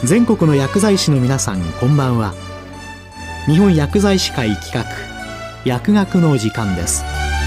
全国の薬剤師の皆さん、こんばんは。日本薬剤師会企画、薬学の時間です。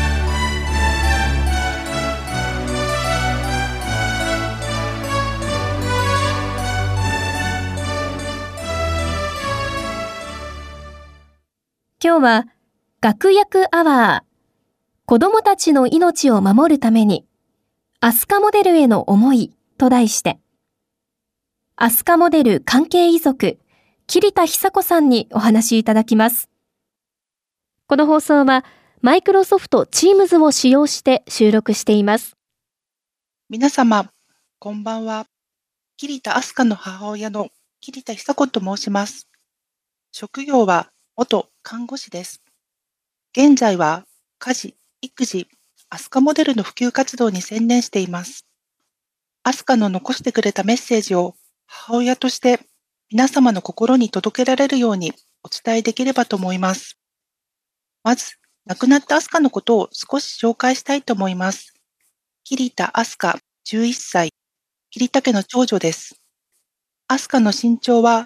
今日は学薬アワー、子どもたちの命を守るためにアスカモデルへの思いと題して、アスカモデル関係遺族桐田久子さんにお話しいただきます。この放送はマイクロソフト Teams を使用して収録しています。 皆様こんばんは。桐田明日香の母親の桐田久子と申します。職業は元看護師です。現在は家事・育児、アスカモデルの普及活動に専念しています。アスカの残してくれたメッセージを母親として皆様の心に届けられるようにお伝えできればと思います。まず、亡くなったアスカのことを少し紹介したいと思います。桐田明日香、11歳、桐田家の長女です。明日香の身長は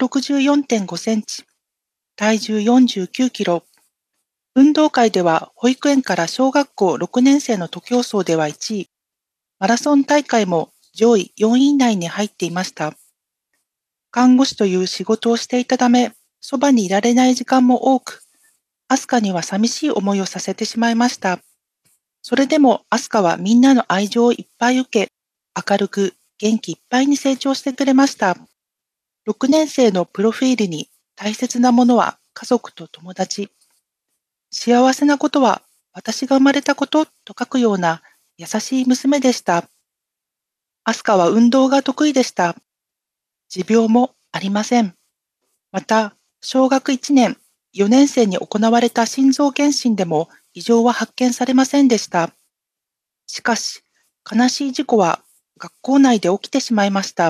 164.5 センチ、体重49キロ。運動会では保育園から小学校6年生の徒競走では1位、マラソン大会も上位4位以内に入っていました。看護師という仕事をしていたため、そばにいられない時間も多く、アスカには寂しい思いをさせてしまいました。それでもアスカはみんなの愛情をいっぱい受け、明るく元気いっぱいに成長してくれました。6年生のプロフィールに大切なものは家族と友達。幸せなことは私が生まれたことと書くような優しい娘でした。アスカは運動が得意でした。持病もありません。また、小学1年、4年生に行われた心臓検診でも異常は発見されませんでした。しかし、悲しい事故は学校内で起きてしまいました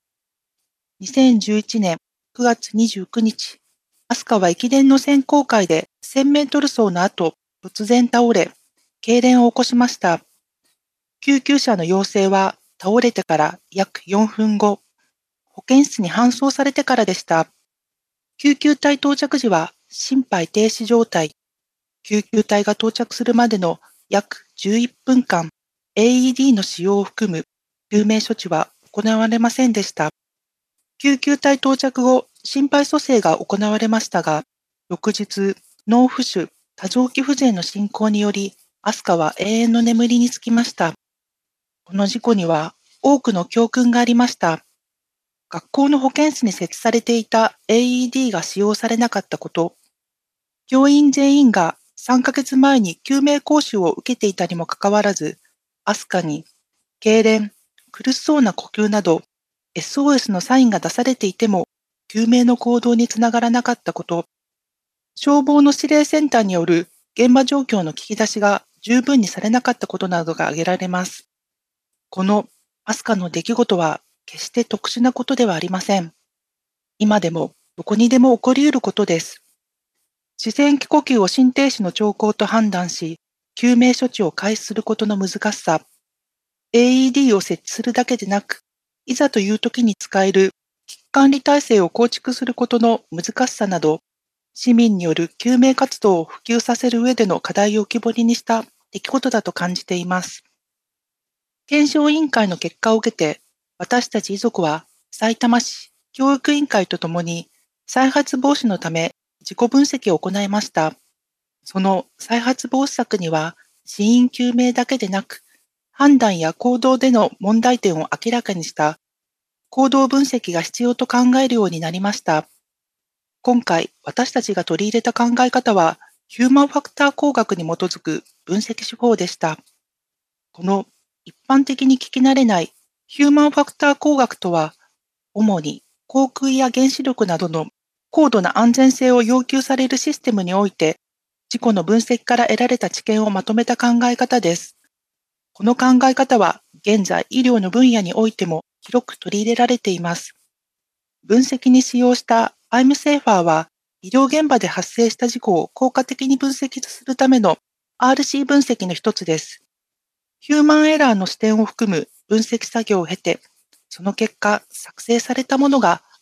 。2011年9月29日、アスカは駅伝の選考会で1000メートル走の後、突然倒れ、痙攣を起こしました。救急車の要請は倒れてから約4分後、保健室に搬送されてからでした。救急隊到着時は心肺停止状態。救急隊が到着するまでの約11分間、AED の使用を含む救命処置は行われませんでした。救急隊到着後、心肺蘇生が行われましたが、翌日、脳浮腫、多臓器不全の進行により、アスカは永遠の眠りにつきました。この事故には多くの教訓がありました。学校の保健室に設置されていた AED が使用されなかったこと、教員全員が3ヶ月前に救命講習を受けていたにもかかわらず、アスカに痙攣、苦しそうな呼吸など、SOS のサインが出されていても、救命の行動につながらなかったこと、消防の指令センターによる現場状況の聞き出しが十分にされなかったことなどが挙げられます。このアスカの出来事は決して特殊なことではありません。今でもどこにでも起こり得ることです。自然気呼吸を心停止の兆候と判断し、救命処置を開始することの難しさ、AED を設置するだけでなく、いざという時に使える危機管理体制を構築することの難しさなど、市民による救命活動を普及させる上での課題を浮き彫りにした出来事だと感じています。検証委員会の結果を受けて、私たち遺族はさいたま市教育委員会とともに再発防止のため自己分析を行いました。その再発防止策には死因究明だけでなく、判断や行動での問題点を明らかにした行動分析が必要と考えるようになりました。今回私たちが取り入れた考え方はヒューマンファクター工学に基づく分析手法でした。この一般的に聞き慣れないヒューマンファクター工学とは、主に航空や原子力などの高度な安全性を要求されるシステムにおいて、事故の分析から得られた知見をまとめた考え方です。この考え方は現在医療の分野においても広く取り入れられています。分析に使用したI'm Saferは医療現場で発生した事故を効果的に分析するための RC 分析の一つです。ヒューマンエラーの視点を含む分析作業を経て、その結果作成されたものが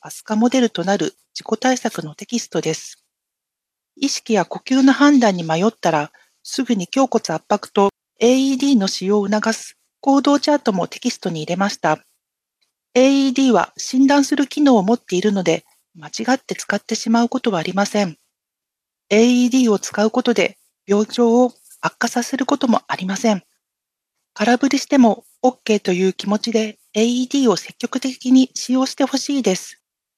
アスカモデルとなる自己対策のテキストです。意識や呼吸の判断に迷ったら、すぐに胸骨圧迫と AED の使用を促す行動チャートもテキストに入れました。AED は診断する機能を持っているので、間違って使ってしまうことはありません。AED を使うことで病状を悪化させることもありません。空振りしても OK という気持ちで AED を積極的に使用してほしいです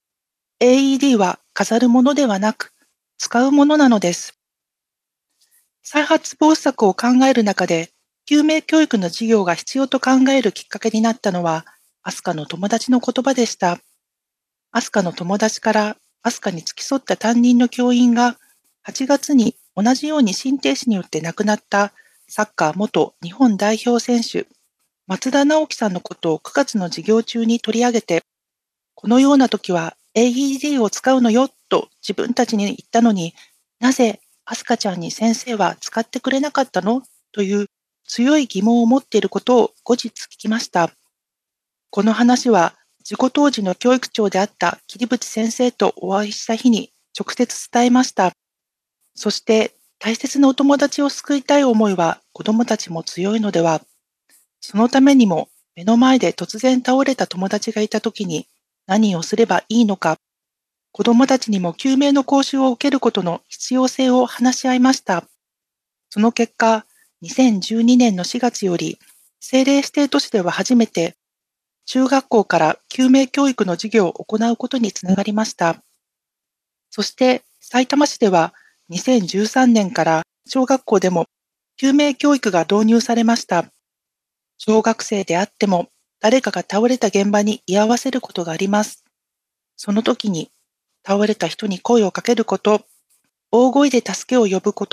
。AED は飾るものではなく、使うものなのです。再発防止策を考える中で、救命教育の授業が必要と考えるきっかけになったのは、アスカの友達の言葉でした。アスカの友達からアスカに付き添った担任の教員が、8月に同じように心停止によって亡くなったサッカー元日本代表選手、松田直樹さんのことを9月の授業中に取り上げて、このような時は AED を使うのよと自分たちに言ったのに、なぜアスカちゃんに先生は使ってくれなかったのという強い疑問を持っていることを後日聞きました。この話は事故当時の教育長であった桐渕先生とお会いした日に直接伝えました。そして大切なお友達を救いたい思いは子どもたちも強いのでは。そのためにも目の前で突然倒れた友達がいたときに何をすればいいのか、子どもたちにも救命の講習を受けることの必要性を話し合いました。その結果、2012年の4月より政令指定都市では初めて中学校から救命教育の授業を行うことにつながりました。そしてさいたま市では2013年から小学校でも救命教育が導入されました。小学生であっても誰かが倒れた現場に居合わせることがあります。その時に倒れた人に声をかけること、大声で助けを呼ぶこと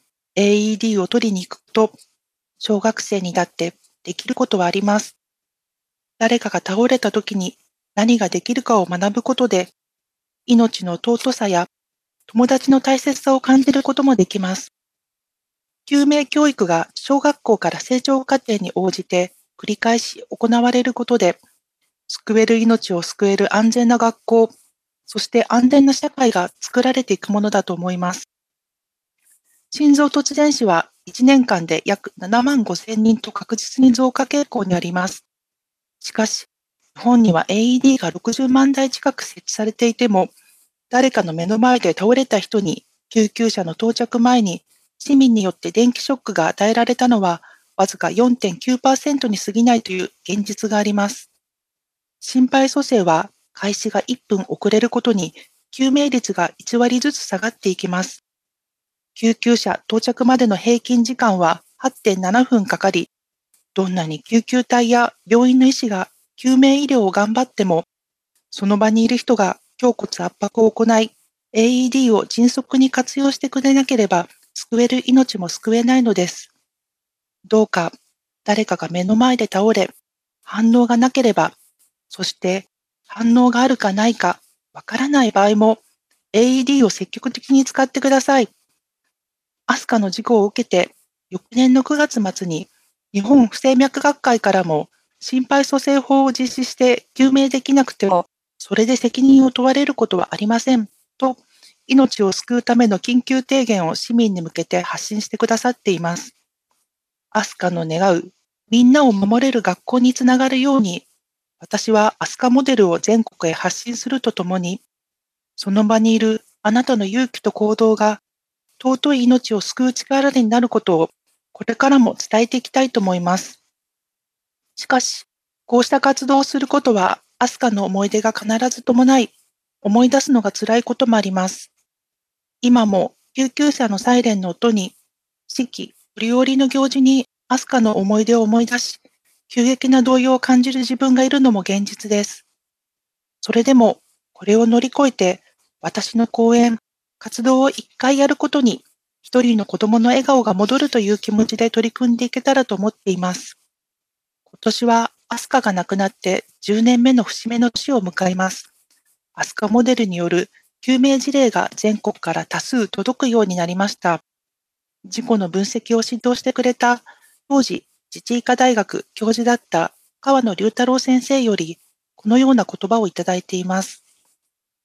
、AED を取りに行くこと、小学生にだってできることはあります。誰かが倒れた時に何ができるかを学ぶことで、命の尊さや友達の大切さを感じることもできます。救命教育が小学校から成長過程に応じて繰り返し行われることで、救える命を救える安全な学校、そして安全な社会が作られていくものだと思います。心臓突然死は1年間で約7万5千人と確実に増加傾向にあります。しかし、日本には AED が60万台近く設置されていても、誰かの目の前で倒れた人に救急車の到着前に市民によって電気ショックが与えられたのはわずか 4.9% に過ぎないという現実があります。心肺蘇生は開始が1分遅れることに救命率が1割ずつ下がっていきます。救急車到着までの平均時間は 8.7 分かかり、どんなに救急隊や病院の医師が救命医療を頑張っても、その場にいる人が胸骨圧迫を行い、AED を迅速に活用してくれなければ、救える命も救えないのです。どうか、誰かが目の前で倒れ、反応がなければ、そして反応があるかないかわからない場合も、AED を積極的に使ってください。アスカの事故を受けて、翌年の9月末に、日本不整脈学会からも、心肺蘇生法を実施して救命できなくても、それで責任を問われることはありません、と、命を救うための緊急提言を市民に向けて発信してくださっています。アスカの願う、みんなを守れる学校につながるように、私はアスカモデルを全国へ発信するとともに、その場にいるあなたの勇気と行動が、尊い命を救う力になることを、これからも伝えていきたいと思います。しかし、こうした活動をすることは、アスカの思い出が必ず伴い、思い出すのが辛いこともあります。今も救急車のサイレンの音に、四季折々の行事にアスカの思い出を思い出し、急激な動揺を感じる自分がいるのも現実です。それでも、これを乗り越えて、私の講演、活動を一回やることに、一人の子供の笑顔が戻るという気持ちで取り組んでいけたらと思っています。今年はアスカが亡くなって10年目の節目の年を迎えます。アスカモデルによる救命事例が全国から多数届くようになりました。事故の分析を指導してくれた当時自治医科大学教授だった川野龍太郎先生よりこのような言葉をいただいています。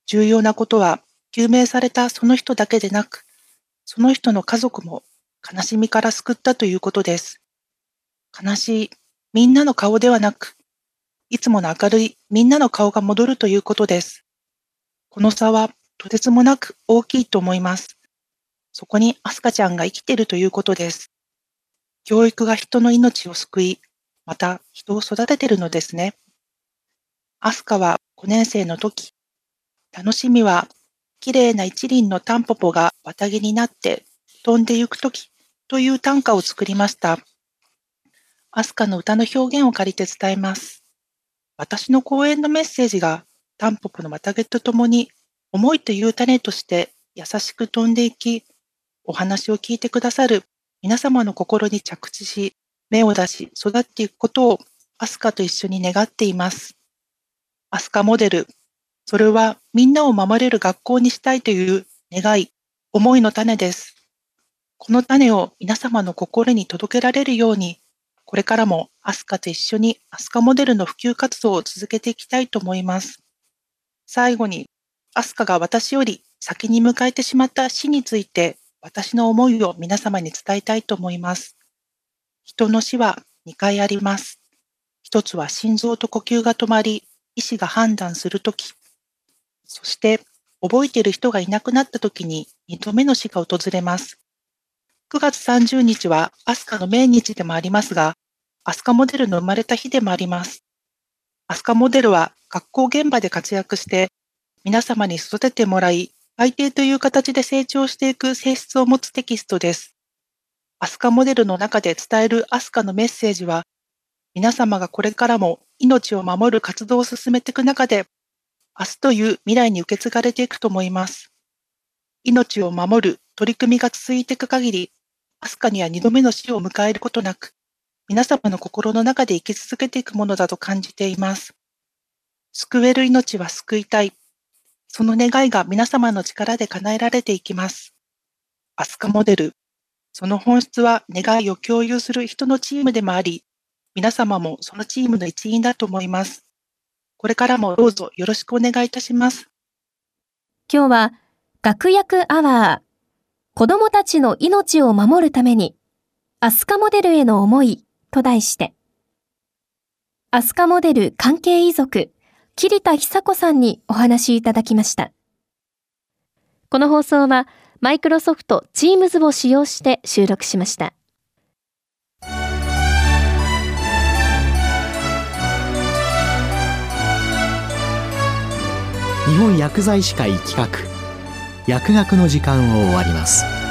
重要なことは、救命されたその人だけでなく、その人の家族も悲しみから救ったということです。悲しいみんなの顔ではなく、いつもの明るいみんなの顔が戻るということです。この差はとてつもなく大きいと思います。そこにアスカちゃんが生きているということです。教育が人の命を救い、また人を育てているのですね。アスカは5年生の時、楽しみは綺麗な一輪のタンポポが綿毛になって飛んでゆく時という短歌を作りました。アスカの歌の表現を借りて伝えます。私の講演のメッセージがタンポポの綿毛とともに思いという種として優しく飛んでいき、お話を聞いてくださる皆様の心に着地し、芽を出し育っていくことをアスカと一緒に願っています。アスカモデル、それはみんなを守れる学校にしたいという願い、思いの種です。この種を皆様の心に届けられるように、これからもアスカと一緒にアスカモデルの普及活動を続けていきたいと思います。最後に、アスカが私より先に迎えてしまった死について、私の思いを皆様に伝えたいと思います。人の死は2回あります。一つは心臓と呼吸が止まり、医師が判断するとき。そして、覚えている人がいなくなったときに2度目の死が訪れます。9月30日はアスカの命日でもありますが、アスカモデルの生まれた日でもあります。アスカモデルは学校現場で活躍して、皆様に育ててもらい、改訂という形で成長していく性質を持つテキストです。アスカモデルの中で伝えるアスカのメッセージは、皆様がこれからも命を守る活動を進めていく中で、明日という未来に受け継がれていくと思います。命を守る取り組みが続いていく限り、アスカには2度目の死を迎えることなく、皆様の心の中で生き続けていくものだと感じています。救える命は救いたい。その願いが皆様の力で叶えられていきます。アスカモデル。その本質は願いを共有する人のチームでもあり、皆様もそのチームの一員だと思います。これからもどうぞよろしくお願いいたします。 今日は学薬アワー、子どもたちの命を守るために、アスカモデルへの思いと題して、アスカモデル関係遺族、桐田久子さんにお話いただきました。この放送はマイクロソフト Teams を使用して収録しました。 日本薬剤師会企画薬学の時間を終わります。